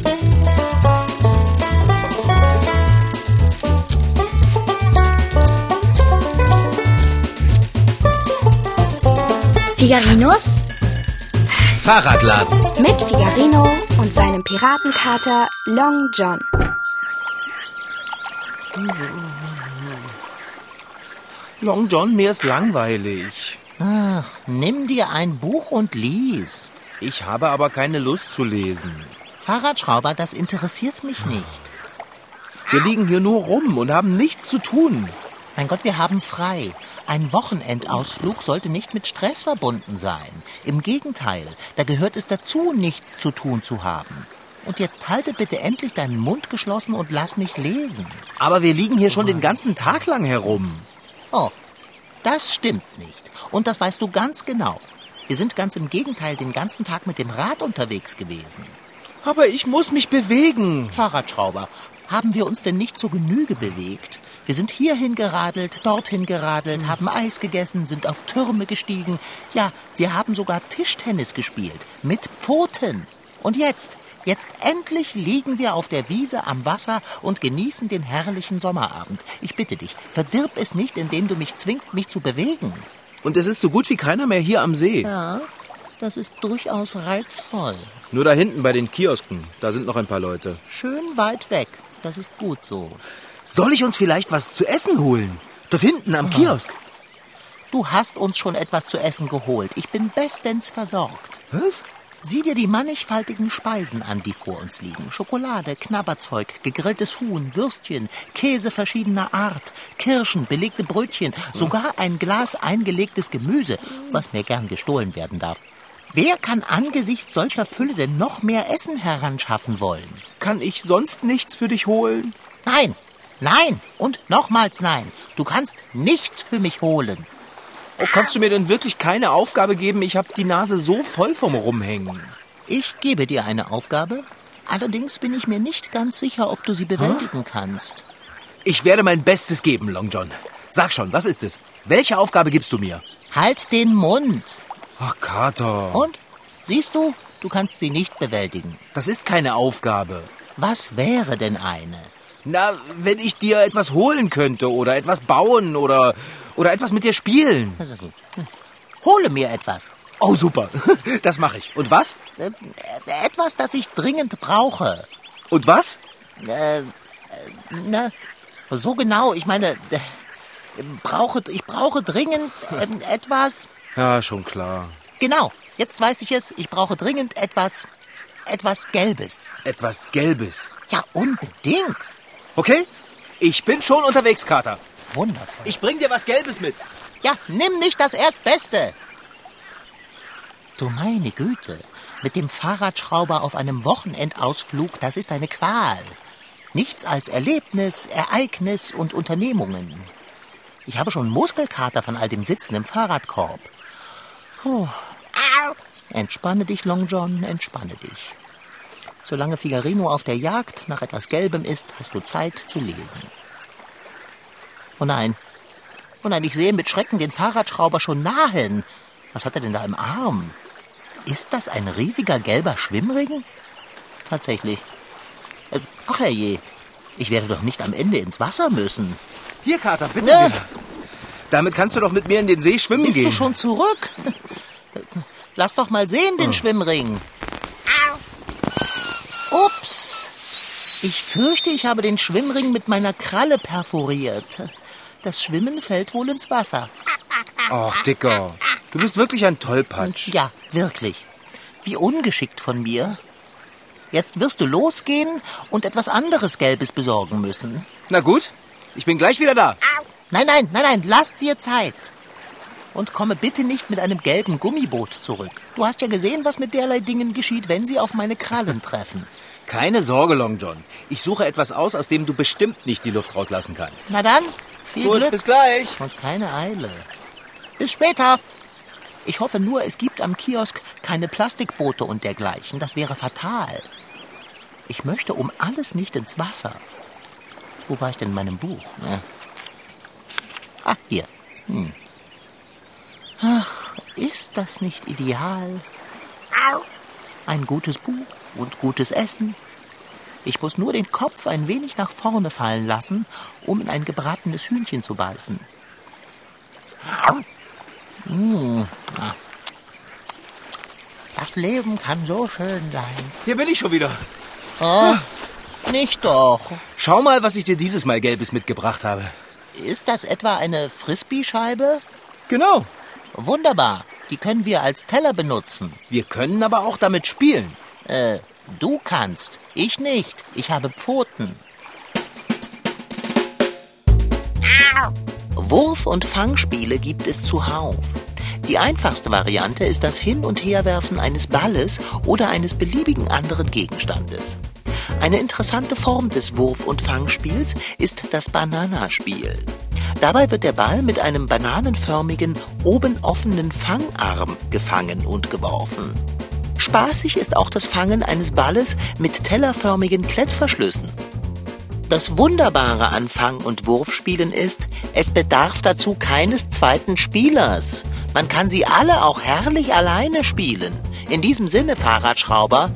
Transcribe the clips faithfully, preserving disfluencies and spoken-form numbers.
Figarinos Fahrradladen mit Figarino und seinem Piratenkater Long John. Long John, mir ist langweilig. Ach, nimm dir ein Buch und lies. Ich habe aber keine Lust zu lesen. Fahrradschrauber, das interessiert mich nicht. Wir liegen hier nur rum und haben nichts zu tun. Mein Gott, wir haben frei. Ein Wochenendausflug sollte nicht mit Stress verbunden sein. Im Gegenteil, da gehört es dazu, nichts zu tun zu haben. Und jetzt halte bitte endlich deinen Mund geschlossen und lass mich lesen. Aber wir liegen hier schon den ganzen Tag lang herum. Oh, das stimmt nicht. Und das weißt du ganz genau. Wir sind ganz im Gegenteil den ganzen Tag mit dem Rad unterwegs gewesen. Aber ich muss mich bewegen. Fahrradschrauber, haben wir uns denn nicht zur Genüge bewegt? Wir sind hierhin geradelt, dorthin geradelt, haben Eis gegessen, sind auf Türme gestiegen. Ja, wir haben sogar Tischtennis gespielt. Mit Pfoten. Und jetzt, jetzt endlich liegen wir auf der Wiese am Wasser und genießen den herrlichen Sommerabend. Ich bitte dich, verdirb es nicht, indem du mich zwingst, mich zu bewegen. Und es ist so gut wie keiner mehr hier am See. Ja, das ist durchaus reizvoll. Nur da hinten bei den Kiosken, da sind noch ein paar Leute. Schön weit weg, das ist gut so. Soll ich uns vielleicht was zu essen holen? Dort hinten am Kiosk. Du hast uns schon etwas zu essen geholt. Ich bin bestens versorgt. Was? Sieh dir die mannigfaltigen Speisen an, die vor uns liegen. Schokolade, Knabberzeug, gegrilltes Huhn, Würstchen, Käse verschiedener Art, Kirschen, belegte Brötchen, sogar ein Glas eingelegtes Gemüse, was mir gern gestohlen werden darf. Wer kann angesichts solcher Fülle denn noch mehr Essen heranschaffen wollen? Kann ich sonst nichts für dich holen? Nein, nein und nochmals nein. Du kannst nichts für mich holen. Oh, kannst du mir denn wirklich keine Aufgabe geben? Ich habe die Nase so voll vom Rumhängen. Ich gebe dir eine Aufgabe. Allerdings bin ich mir nicht ganz sicher, ob du sie bewältigen huh? kannst. Ich werde mein Bestes geben, Long John. Sag schon, was ist es? Welche Aufgabe gibst du mir? Halt den Mund. Ach, Kater. Und? Siehst du, du kannst sie nicht bewältigen. Das ist keine Aufgabe. Was wäre denn eine? Na, wenn ich dir etwas holen könnte oder etwas bauen oder, oder etwas mit dir spielen. Also gut. Hm. Hole mir etwas. Oh, super. Das mache ich. Und was? Äh, etwas, das ich dringend brauche. Und was? Äh, äh, na, so genau. Ich meine, äh, brauche, ich brauche dringend äh, etwas. Ja, schon klar. Genau. Jetzt weiß ich es. Ich brauche dringend etwas, etwas Gelbes. Etwas Gelbes? Ja, unbedingt. Okay, ich bin schon unterwegs, Kater. Wundervoll. Ich bring dir was Gelbes mit. Ja, nimm nicht das Erstbeste. Du meine Güte, mit dem Fahrradschrauber auf einem Wochenendausflug, das ist eine Qual. Nichts als Erlebnis, Ereignis und Unternehmungen. Ich habe schon Muskelkater von all dem Sitzen im Fahrradkorb. Puh. Entspanne dich, Long John, entspanne dich. Solange Figarino auf der Jagd nach etwas Gelbem ist, hast du Zeit zu lesen. Oh nein, oh nein, ich sehe mit Schrecken den Fahrradschrauber schon nahen. Was hat er denn da im Arm? Ist das ein riesiger gelber Schwimmring? Tatsächlich. Ach herrje, ich werde doch nicht am Ende ins Wasser müssen. Hier, Kater, bitte äh. sehr. Damit kannst du doch mit mir in den See schwimmen Bist gehen. Bist du schon zurück? Lass doch mal sehen, den oh. Schwimmring. Ups! Ich fürchte, ich habe den Schwimmring mit meiner Kralle perforiert. Das Schwimmen fällt wohl ins Wasser. Ach, Dicker, du bist wirklich ein Tollpatsch. Ja, wirklich. Wie ungeschickt von mir. Jetzt wirst du losgehen und etwas anderes Gelbes besorgen müssen. Na gut, ich bin gleich wieder da. Nein, nein, nein, nein, lass dir Zeit. Und komme bitte nicht mit einem gelben Gummiboot zurück. Du hast ja gesehen, was mit derlei Dingen geschieht, wenn sie auf meine Krallen treffen. Keine Sorge, Long John. Ich suche etwas aus, aus dem du bestimmt nicht die Luft rauslassen kannst. Na dann, viel Gut, Glück. Bis gleich. Und keine Eile. Bis später. Ich hoffe nur, es gibt am Kiosk keine Plastikboote und dergleichen. Das wäre fatal. Ich möchte um alles nicht ins Wasser. Wo war ich denn in meinem Buch? Ja. Ah, hier. Hm. Ach, ist das nicht ideal? Ein gutes Buch und gutes Essen Ich muss nur den Kopf ein wenig nach vorne fallen lassen, um in ein gebratenes Hühnchen zu beißen. Mmh. Das Leben kann so schön sein. Hier bin ich schon wieder. Oh, nicht doch. Schau mal, was ich dir dieses Mal Gelbes mitgebracht habe. Ist das etwa eine Frisbee-Scheibe? Genau. Wunderbar. Die können wir als Teller benutzen. Wir können aber auch damit spielen. Äh, du kannst. Ich nicht. Ich habe Pfoten. Wurf- und Fangspiele gibt es zuhauf. Die einfachste Variante ist das Hin- und Herwerfen eines Balles oder eines beliebigen anderen Gegenstandes. Eine interessante Form des Wurf- und Fangspiels ist das Bananaspiel. Dabei wird der Ball mit einem bananenförmigen, oben offenen Fangarm gefangen und geworfen. Spaßig ist auch das Fangen eines Balles mit tellerförmigen Klettverschlüssen. Das Wunderbare an Fang- und Wurfspielen ist, es bedarf dazu keines zweiten Spielers. Man kann sie alle auch herrlich alleine spielen. In diesem Sinne, Fahrradschrauber.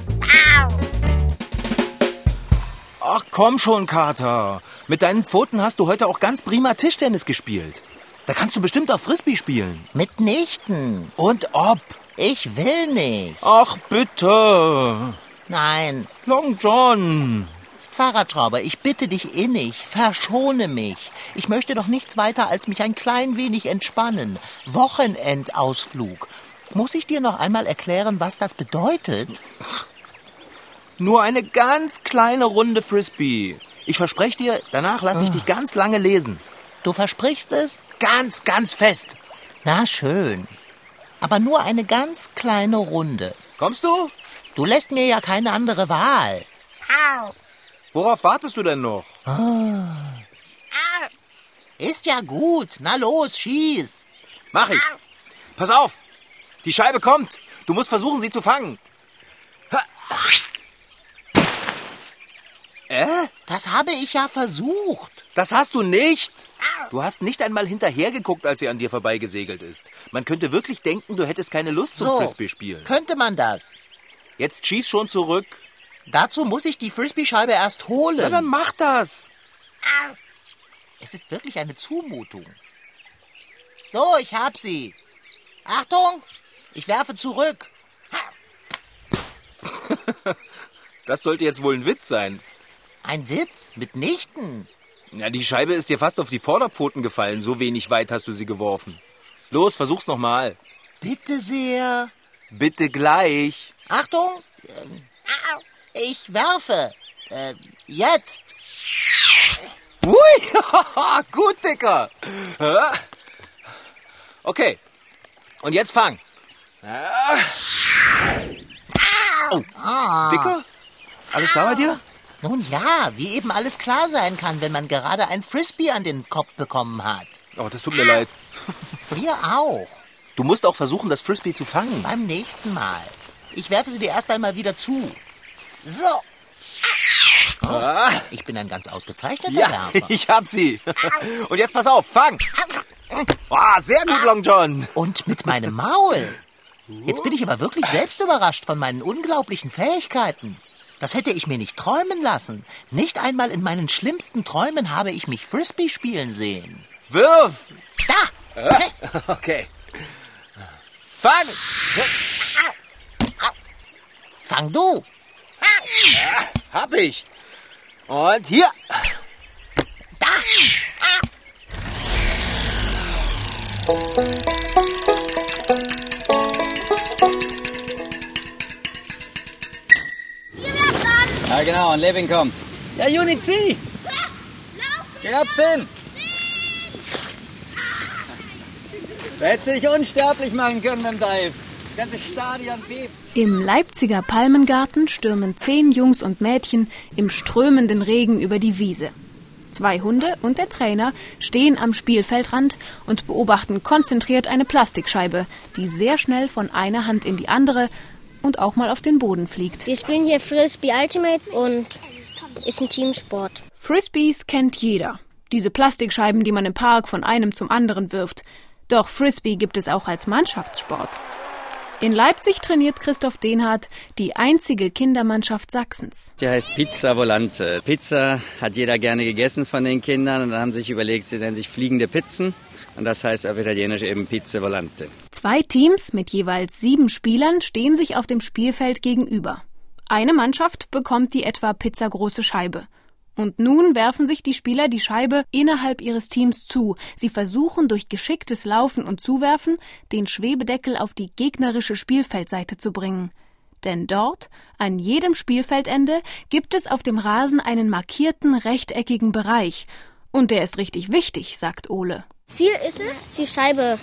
Ach komm schon, Kater. Mit deinen Pfoten hast du heute auch ganz prima Tischtennis gespielt. Da kannst du bestimmt auch Frisbee spielen. Mitnichten. Und ob? Ich will nicht. Ach bitte. Nein. Long John. Fahrradschrauber, ich bitte dich innig, verschone mich. Ich möchte doch nichts weiter, als mich ein klein wenig entspannen. Wochenendausflug. Muss ich dir noch einmal erklären, was das bedeutet? Nur eine ganz kleine Runde Frisbee. Ich verspreche dir, danach lasse ich dich ganz lange lesen. Du versprichst es? Ganz, ganz fest. Na schön. Aber nur eine ganz kleine Runde. Kommst du? Du lässt mir ja keine andere Wahl. Worauf wartest du denn noch? Ist ja gut. Na los, schieß. Mach ich. Pass auf. Die Scheibe kommt. Du musst versuchen, sie zu fangen. Äh? Das habe ich ja versucht. Das hast du nicht. Du hast nicht einmal hinterhergeguckt, als sie an dir vorbeigesegelt ist. Man könnte wirklich denken, du hättest keine Lust zum So, Frisbee-Spielen. könnte man das? Jetzt schieß schon zurück. Dazu muss ich die Frisbee-Scheibe erst holen. Na, dann mach das. Es ist wirklich eine Zumutung. So, ich hab sie. Achtung, ich werfe zurück. Das sollte jetzt wohl ein Witz sein. Ein Witz? Mitnichten. Ja, die Scheibe ist dir fast auf die Vorderpfoten gefallen. So wenig weit hast du sie geworfen. Los, versuch's nochmal. Bitte sehr. Bitte gleich. Achtung, ähm, ich werfe. Äh, jetzt. Ui, gut, Dicker. Okay, und jetzt fang. Oh, Dicker? Alles klar bei dir? Nun ja, wie eben alles klar sein kann, wenn man gerade ein Frisbee an den Kopf bekommen hat. Oh, das tut mir leid. Wir auch. Du musst auch versuchen, das Frisbee zu fangen. Beim nächsten Mal. Ich werfe sie dir erst einmal wieder zu. So. Oh, ich bin ein ganz ausgezeichneter Ja, Werfer. ich hab sie. Und jetzt pass auf, fang. Oh, sehr gut, Long John. Und mit meinem Maul. Jetzt bin ich aber wirklich selbst überrascht von meinen unglaublichen Fähigkeiten. Das hätte ich mir nicht träumen lassen. Nicht einmal in meinen schlimmsten Träumen habe ich mich Frisbee spielen sehen. Wirf. Da! Okay. Fang. Fang du! Hab ich. Und hier. Da! Ja genau, und Levin kommt. Ja, Juni, zieh! Geh ab, Finn! Du hättest dich unsterblich machen können beim Dive. Das ganze Stadion bebt. Im Leipziger Palmengarten stürmen zehn Jungs und Mädchen im strömenden Regen über die Wiese. Zwei Hunde und der Trainer stehen am Spielfeldrand und beobachten konzentriert eine Plastikscheibe, die sehr schnell von einer Hand in die andere und auch mal auf den Boden fliegt. Wir spielen hier Frisbee Ultimate und ist ein Teamsport. Frisbees kennt jeder. Diese Plastikscheiben, die man im Park von einem zum anderen wirft. Doch Frisbee gibt es auch als Mannschaftssport. In Leipzig trainiert Christoph Dehnhardt die einzige Kindermannschaft Sachsens. Die heißt Pizza Volante. Pizza hat jeder gerne gegessen von den Kindern und dann haben sie sich überlegt, sie nennen sich fliegende Pizzen. Und das heißt auf Italienisch eben Pizza Volante. Zwei Teams mit jeweils sieben Spielern stehen sich auf dem Spielfeld gegenüber. Eine Mannschaft bekommt die etwa pizzagroße Scheibe. Und nun werfen sich die Spieler die Scheibe innerhalb ihres Teams zu. Sie versuchen durch geschicktes Laufen und Zuwerfen, den Schwebedeckel auf die gegnerische Spielfeldseite zu bringen. Denn dort, an jedem Spielfeldende, gibt es auf dem Rasen einen markierten rechteckigen Bereich. Und der ist richtig wichtig, sagt Ole. Ziel ist es, die Scheibe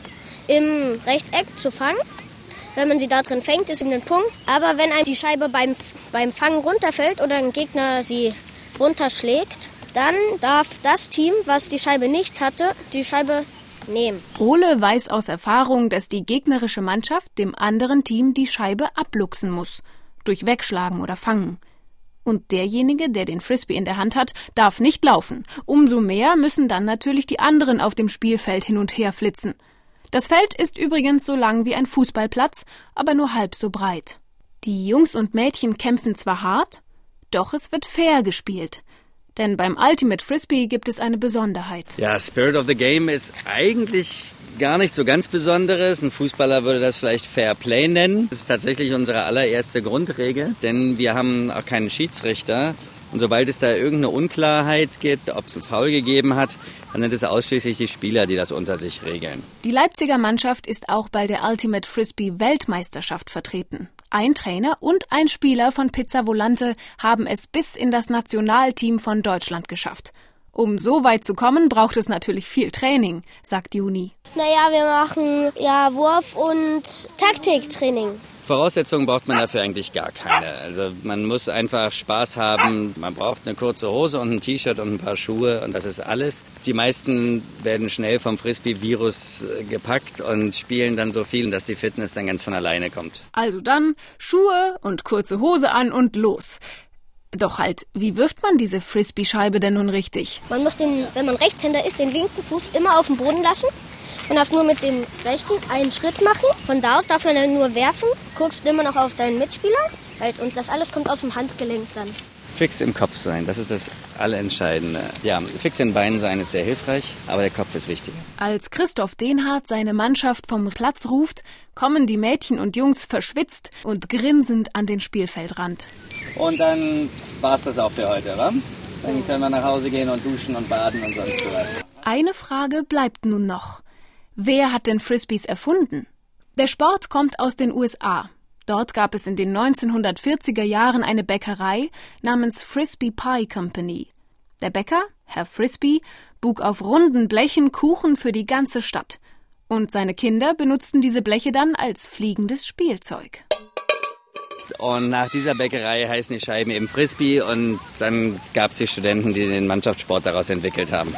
im Rechteck zu fangen. Wenn man sie da drin fängt, ist ihm ein Punkt. Aber wenn einem die Scheibe beim, beim Fangen runterfällt oder ein Gegner sie runterschlägt, dann darf das Team, was die Scheibe nicht hatte, die Scheibe nehmen. Ole weiß aus Erfahrung, dass die gegnerische Mannschaft dem anderen Team die Scheibe abluchsen muss, durch Wegschlagen oder Fangen. Und derjenige, der den Frisbee in der Hand hat, darf nicht laufen. Umso mehr müssen dann natürlich die anderen auf dem Spielfeld hin und her flitzen. Das Feld ist übrigens so lang wie ein Fußballplatz, aber nur halb so breit. Die Jungs und Mädchen kämpfen zwar hart, doch es wird fair gespielt. Denn beim Ultimate Frisbee gibt es eine Besonderheit. Ja, Spirit of the Game ist eigentlich gar nicht so ganz Besonderes. Ein Fußballer würde das vielleicht Fair Play nennen. Das ist tatsächlich unsere allererste Grundregel, denn wir haben auch keinen Schiedsrichter. Und sobald es da irgendeine Unklarheit gibt, ob es einen Foul gegeben hat, dann sind es ausschließlich die Spieler, die das unter sich regeln. Die Leipziger Mannschaft ist auch bei der Ultimate Frisbee Weltmeisterschaft vertreten. Ein Trainer und ein Spieler von Pizza Volante haben es bis in das Nationalteam von Deutschland geschafft. Um so weit zu kommen, braucht es natürlich viel Training, sagt Juni. Naja, wir machen ja Wurf- und Taktiktraining. Voraussetzungen braucht man dafür eigentlich gar keine. Also man muss einfach Spaß haben. Man braucht eine kurze Hose und ein T-Shirt und ein paar Schuhe und das ist alles. Die meisten werden schnell vom Frisbee-Virus gepackt und spielen dann so viel, dass die Fitness dann ganz von alleine kommt. Also dann Schuhe und kurze Hose an und los. Doch halt, wie wirft man diese Frisbee-Scheibe denn nun richtig? Man muss den, wenn man Rechtshänder ist, den linken Fuß immer auf den Boden lassen. Man darf nur mit dem rechten einen Schritt machen. Von da aus darf man dann nur werfen. Guckst immer noch auf deinen Mitspieler. Und das alles kommt aus dem Handgelenk dann. Fix im Kopf sein, das ist das Allerentscheidende. Ja, fix in den Beinen sein ist sehr hilfreich, aber der Kopf ist wichtiger. Als Christoph Dehnhardt seine Mannschaft vom Platz ruft, kommen die Mädchen und Jungs verschwitzt und grinsend an den Spielfeldrand. Und dann war's das auch für heute, wa? Dann können wir nach Hause gehen und duschen und baden und sonst so was. Eine Frage bleibt nun noch. Wer hat denn Frisbees erfunden? Der Sport kommt aus den U S A. Dort gab es in den neunzehnhundertvierziger Jahren eine Bäckerei namens Frisbee Pie Company. Der Bäcker, Herr Frisbee, buk auf runden Blechen Kuchen für die ganze Stadt. Und seine Kinder benutzten diese Bleche dann als fliegendes Spielzeug. Und nach dieser Bäckerei heißen die Scheiben eben Frisbee und dann gab es die Studenten, die den Mannschaftssport daraus entwickelt haben.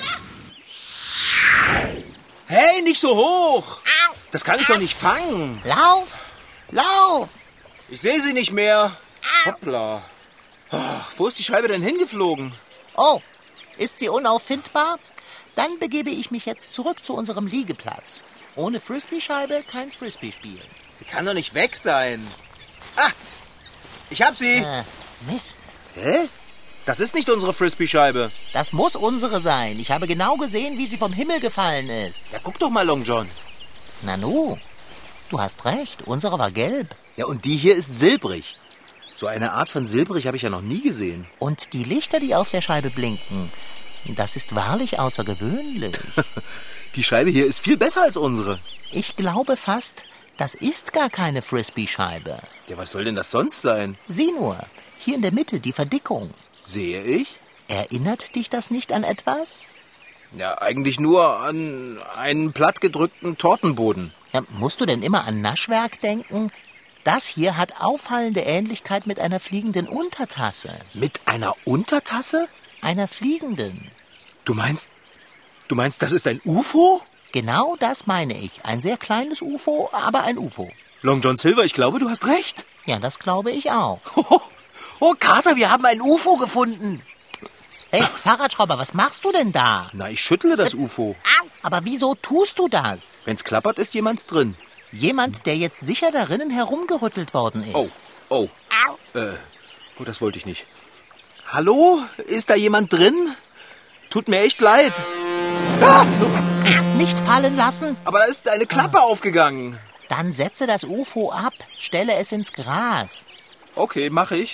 Hey, nicht so hoch! Das kann ich doch nicht fangen. Lauf! Lauf! Ich sehe sie nicht mehr. Hoppla. Wo ist die Scheibe denn hingeflogen? Oh, ist sie unauffindbar? Dann begebe ich mich jetzt zurück zu unserem Liegeplatz. Ohne Frisbee-Scheibe kein Frisbee-Spiel. Sie kann doch nicht weg sein. Ah, ich hab sie. Äh, Mist. Hä? Das ist nicht unsere Frisbee-Scheibe. Das muss unsere sein. Ich habe genau gesehen, wie sie vom Himmel gefallen ist. Ja, guck doch mal, Long John. Nanu, du hast recht. Unsere war gelb. Ja, und die hier ist silbrig. So eine Art von silbrig habe ich ja noch nie gesehen. Und die Lichter, die auf der Scheibe blinken, das ist wahrlich außergewöhnlich. Die Scheibe hier ist viel besser als unsere. Ich glaube fast, das ist gar keine Frisbee-Scheibe. Ja, was soll denn das sonst sein? Sieh nur, hier in der Mitte die Verdickung. Sehe ich? Erinnert dich das nicht an etwas? Ja, eigentlich nur an einen plattgedrückten Tortenboden. Ja, musst du denn immer an Naschwerk denken? Das hier hat auffallende Ähnlichkeit mit einer fliegenden Untertasse. Mit einer Untertasse? Einer fliegenden. Du meinst, du meinst, das ist ein U F O? Genau das meine ich. Ein sehr kleines U F O, aber ein U F O. Long John Silver, ich glaube, du hast recht. Ja, das glaube ich auch. Oh, oh Carter, wir haben ein U F O gefunden. Hey, Fahrradschrauber, was machst du denn da? Na, ich schüttle das U F O. Aber wieso tust du das? Wenn's klappert, ist jemand drin. Jemand, der jetzt sicher darinnen herumgerüttelt worden ist. Oh, oh. Äh, oh, das wollte ich nicht. Hallo? Ist da jemand drin? Tut mir echt leid. Ah! Nicht fallen lassen. Aber da ist eine Klappe ah. aufgegangen. Dann setze das U F O ab. Stelle es ins Gras. Okay, mache ich.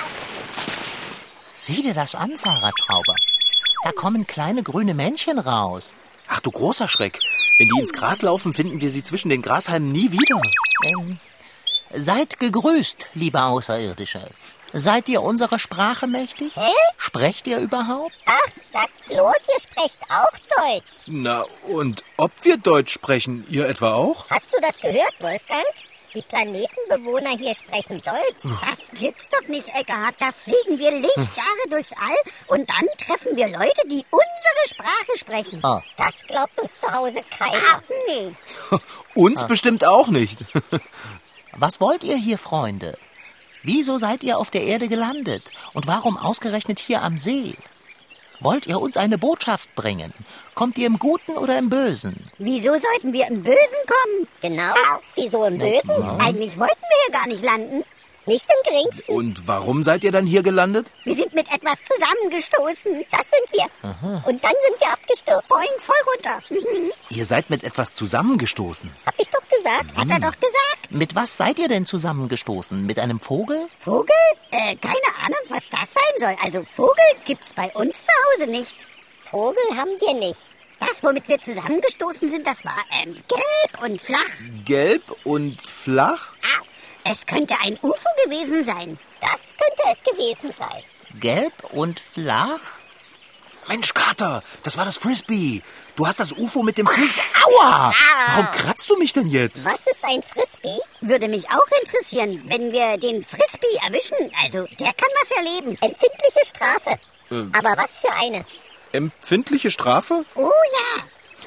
Sieh dir das an, Fahrradschrauber. Da kommen kleine grüne Männchen raus. Ach du großer Schreck. Wenn die ins Gras laufen, finden wir sie zwischen den Grashalmen nie wieder. Ähm, seid gegrüßt, liebe Außerirdische. Seid ihr unserer Sprache mächtig? Hä? Sprecht ihr überhaupt? Ach, sagt bloß, ihr sprecht auch Deutsch. Na, und ob wir Deutsch sprechen, ihr etwa auch? Hast du das gehört, Wolfgang? Die Planetenbewohner hier sprechen Deutsch. Das gibt's doch nicht, Eckhardt. Da fliegen wir Lichtjahre durchs All und dann treffen wir Leute, die unsere Sprache sprechen. Oh. Das glaubt uns zu Hause keiner. Ach, nee. Uns ah. bestimmt auch nicht. Was wollt ihr hier, Freunde? Wieso seid ihr auf der Erde gelandet? Und warum ausgerechnet hier am See? Wollt ihr uns eine Botschaft bringen? Kommt ihr im Guten oder im Bösen? Wieso sollten wir im Bösen kommen? Genau. Wieso im Bösen? Genau. Eigentlich wollten wir hier gar nicht landen. Nicht im Geringsten. Und warum seid ihr dann hier gelandet? Wir sind mit etwas zusammengestoßen. Das sind wir. Aha. Und dann sind wir abgestürzt. Boing, voll runter. Mhm. Ihr seid mit etwas zusammengestoßen. Hab ich doch gesagt. Hat er doch gesagt. Mit was seid ihr denn zusammengestoßen? Mit einem Vogel? Vogel? Äh, keine Ahnung, was das sein soll. Also Vogel gibt's bei uns zu Hause nicht. Vogel haben wir nicht. Das, womit wir zusammengestoßen sind, das war ähm, gelb und flach. Gelb und flach? Es könnte ein U F O gewesen sein. Das könnte es gewesen sein. Gelb und flach? Mensch, Kater, das war das Frisbee. Du hast das U F O mit dem Frisbee... Aua! Warum kratzt du mich denn jetzt? Was ist ein Frisbee? Würde mich auch interessieren, wenn wir den Frisbee erwischen. Also, der kann was erleben. Empfindliche Strafe. Ähm. Aber was für eine? Empfindliche Strafe? Oh ja.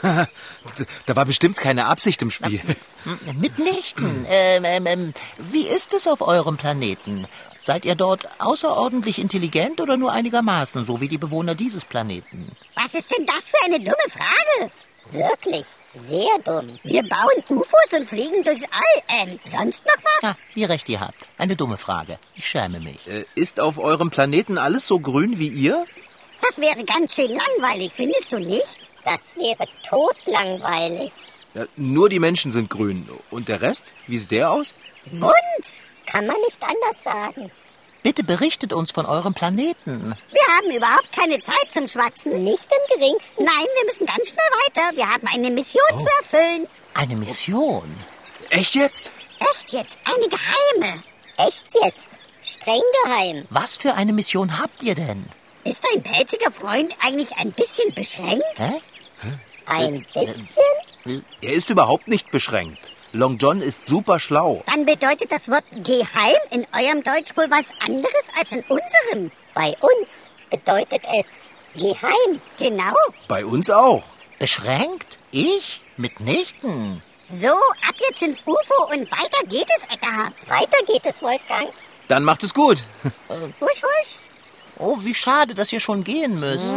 Da war bestimmt keine Absicht im Spiel. Mitnichten. Ähm, ähm, ähm, wie ist es auf eurem Planeten? Seid ihr dort außerordentlich intelligent oder nur einigermaßen, so wie die Bewohner dieses Planeten? Was ist denn das für eine dumme Frage? Wirklich, sehr dumm. Wir bauen U F Os und fliegen durchs All. Ähm, sonst noch was? Ja, wie recht ihr habt. Eine dumme Frage. Ich schäme mich. Äh, ist auf eurem Planeten alles so grün wie ihr? Das wäre ganz schön langweilig, findest du nicht? Das wäre totlangweilig. Ja, nur die Menschen sind grün. Und der Rest? Wie sieht der aus? Bunt. Kann man nicht anders sagen. Bitte berichtet uns von eurem Planeten. Wir haben überhaupt keine Zeit zum Schwatzen. Nicht im Geringsten. Nein, wir müssen ganz schnell weiter. Wir haben eine Mission Oh. zu erfüllen. Eine Mission? Echt jetzt? Echt jetzt? Eine geheime. Echt jetzt? Streng geheim. Was für eine Mission habt ihr denn? Ist dein pelziger Freund eigentlich ein bisschen beschränkt? Hä? Ein bisschen? Er ist überhaupt nicht beschränkt. Long John ist super schlau. Dann bedeutet das Wort geheim in eurem Deutsch wohl was anderes als in unserem. Bei uns bedeutet es geheim. Genau. Bei uns auch. Beschränkt? Ich? Mitnichten. So, ab jetzt ins U F O und weiter geht es, Eckhardt. Weiter geht es, Wolfgang. Dann macht es gut. Husch, husch. Oh, wie schade, dass ihr schon gehen müsst.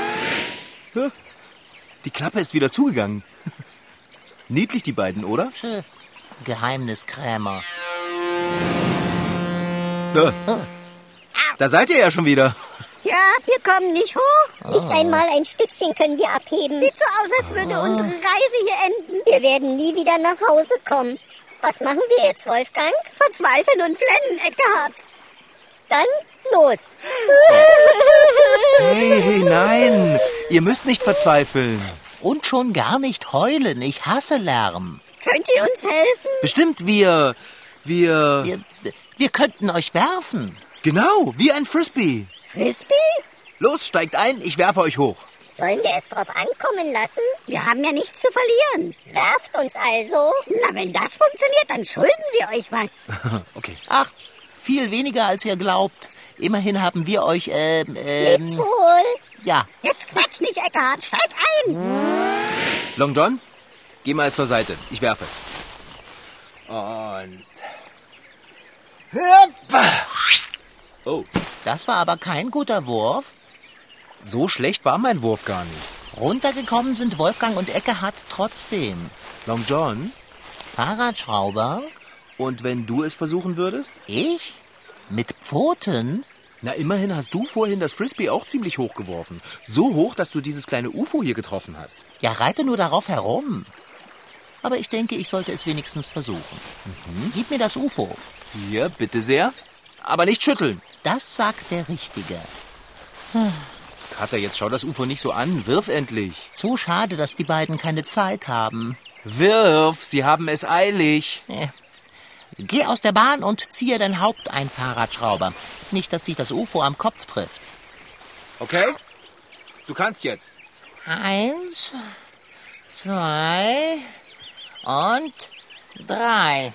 Die Klappe ist wieder zugegangen. Niedlich, die beiden, oder? Tch, Geheimniskrämer. Da. Da seid ihr ja schon wieder. Ja, wir kommen nicht hoch. Nicht einmal ein Stückchen können wir abheben. Sieht so aus, als würde unsere Reise hier enden. Wir werden nie wieder nach Hause kommen. Was machen wir jetzt, Wolfgang? Verzweifeln und flennen, Eckhardt. Dann los. Hey, hey, nein. Ihr müsst nicht verzweifeln. Und schon gar nicht heulen. Ich hasse Lärm. Könnt ihr uns helfen? Bestimmt wir... Wir... Wir, wir könnten euch werfen. Genau, wie ein Frisbee. Frisbee? Los, steigt ein, ich werfe euch hoch. Sollen wir es drauf ankommen lassen? Wir haben ja nichts zu verlieren. Werft uns also. Na, wenn das funktioniert, dann schulden wir euch was. Okay. Ach, viel weniger als ihr glaubt. Immerhin haben wir euch, ähm, ähm... Leb wohl. Ja, Jetzt quatsch nicht, Eckhardt. Steig ein. Long John, geh mal zur Seite. Ich werfe. Und... Hoppa. Oh, das war aber kein guter Wurf. so schlecht war mein Wurf gar nicht. Runtergekommen sind Wolfgang und Eckhardt trotzdem. Long John, Fahrradschrauber? Und wenn du es versuchen würdest? Ich? Mit Pfoten? Na, immerhin hast du vorhin das Frisbee auch ziemlich hoch geworfen. So hoch, dass du dieses kleine U F O hier getroffen hast. Ja, reite nur darauf herum. Aber ich denke, ich sollte es wenigstens versuchen. Mhm. Gib mir das U F O. Hier, bitte sehr. Aber nicht schütteln. Das sagt der Richtige. Kater, jetzt schau das U F O nicht so an. Wirf endlich. Zu schade, dass die beiden keine Zeit haben. Wirf, sie haben es eilig. Äh. Geh aus der Bahn und ziehe dein Haupt ein, Fahrradschrauber. Nicht, dass dich das U F O am Kopf trifft. Okay? Du kannst jetzt. Eins, zwei und drei.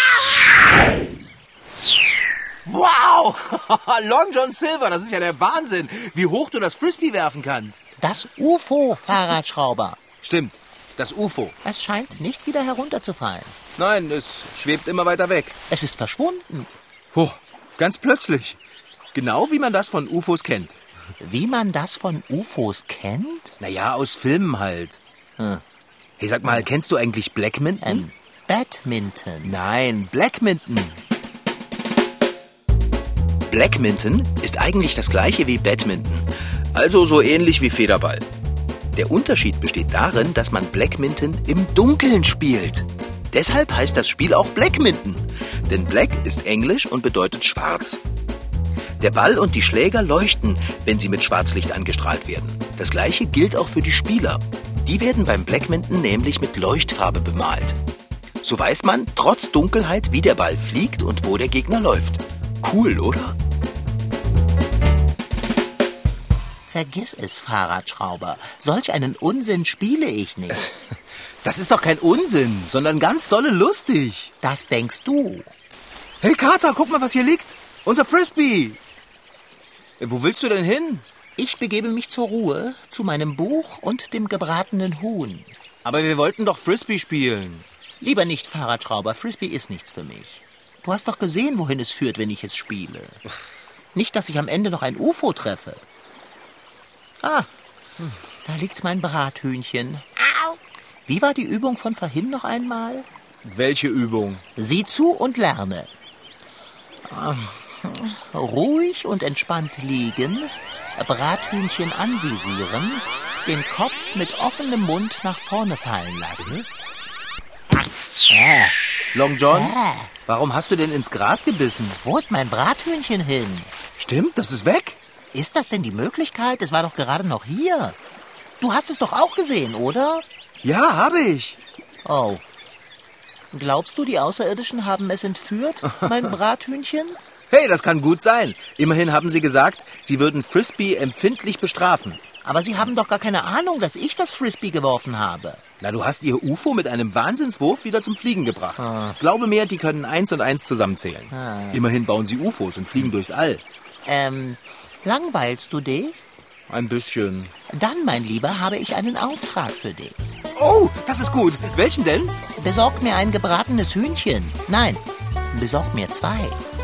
Wow! Long John Silver, das ist ja der Wahnsinn, wie hoch du das Frisbee werfen kannst. Das U F O, Fahrradschrauber. Stimmt, das U F O. Es scheint nicht wieder herunterzufallen. Nein, es schwebt immer weiter weg. Es ist verschwunden. Oh, ganz plötzlich. Genau wie man das von U F Os kennt. Wie man das von U F Os kennt? Naja, aus Filmen halt. Hm. Hey, sag mal, kennst du eigentlich Blackminton? Ähm, Badminton. Nein, Blackminton. Blackminton ist eigentlich das gleiche wie Badminton. Also so ähnlich wie Federball. Der Unterschied besteht darin, dass man Blackminton im Dunkeln spielt. Deshalb heißt das Spiel auch Blackminton. Denn Black ist Englisch und bedeutet schwarz. Der Ball und die Schläger leuchten, wenn sie mit Schwarzlicht angestrahlt werden. Das gleiche gilt auch für die Spieler. Die werden beim Blackminton nämlich mit Leuchtfarbe bemalt. So weiß man trotz Dunkelheit, wie der Ball fliegt und wo der Gegner läuft. Cool, oder? Vergiss es, Fahrradschrauber. Solch einen Unsinn spiele ich nicht. Das ist doch kein Unsinn, sondern ganz dolle lustig. Das denkst du. Hey Kater, guck mal, was hier liegt. Unser Frisbee. Wo willst du denn hin? Ich begebe mich zur Ruhe, zu meinem Buch und dem gebratenen Huhn. Aber wir wollten doch Frisbee spielen. Lieber nicht, Fahrradschrauber. Frisbee ist nichts für mich. Du hast doch gesehen, wohin es führt, wenn ich es spiele. Nicht, dass ich am Ende noch ein U F O treffe. Ah, da liegt mein Brathühnchen. Wie war die Übung von vorhin noch einmal? Welche Übung? Sieh zu und lerne. Ruhig und entspannt liegen, Brathühnchen anvisieren, den Kopf mit offenem Mund nach vorne fallen lassen. Äh. Long John, Äh. warum hast du denn ins Gras gebissen? Wo ist mein Brathühnchen hin? Stimmt, das ist weg. Ist das denn die Möglichkeit? Es war doch gerade noch hier. Du hast es doch auch gesehen, oder? Ja, habe ich. Oh. Glaubst du, die Außerirdischen haben es entführt, mein Brathühnchen? Hey, das kann gut sein. Immerhin haben sie gesagt, sie würden Frisbee empfindlich bestrafen. Aber sie haben doch gar keine Ahnung, dass ich das Frisbee geworfen habe. Na, du hast ihr U F O mit einem Wahnsinnswurf wieder zum Fliegen gebracht. Ah. Glaube mir, die können eins und eins zusammenzählen. Ah. Immerhin bauen sie U F Os und fliegen durchs All. Ähm, langweilst du dich? Ein bisschen. Dann, mein Lieber, habe ich einen Auftrag für dich. Oh, das ist gut. Welchen denn? Besorg mir ein gebratenes Hühnchen. Nein, besorg mir zwei.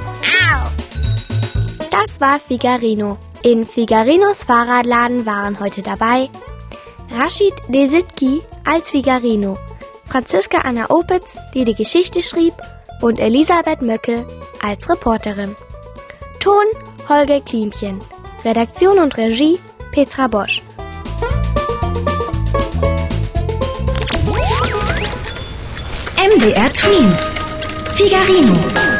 Das war Figarino. In Figarinos Fahrradladen waren heute dabei Rashid Desitki als Figarino, Franziska Anna Opitz, die die Geschichte schrieb, und Elisabeth Möcke als Reporterin. Ton Holger Klimchen. Redaktion und Regie Petra Bosch. M D R Twins. Figarino.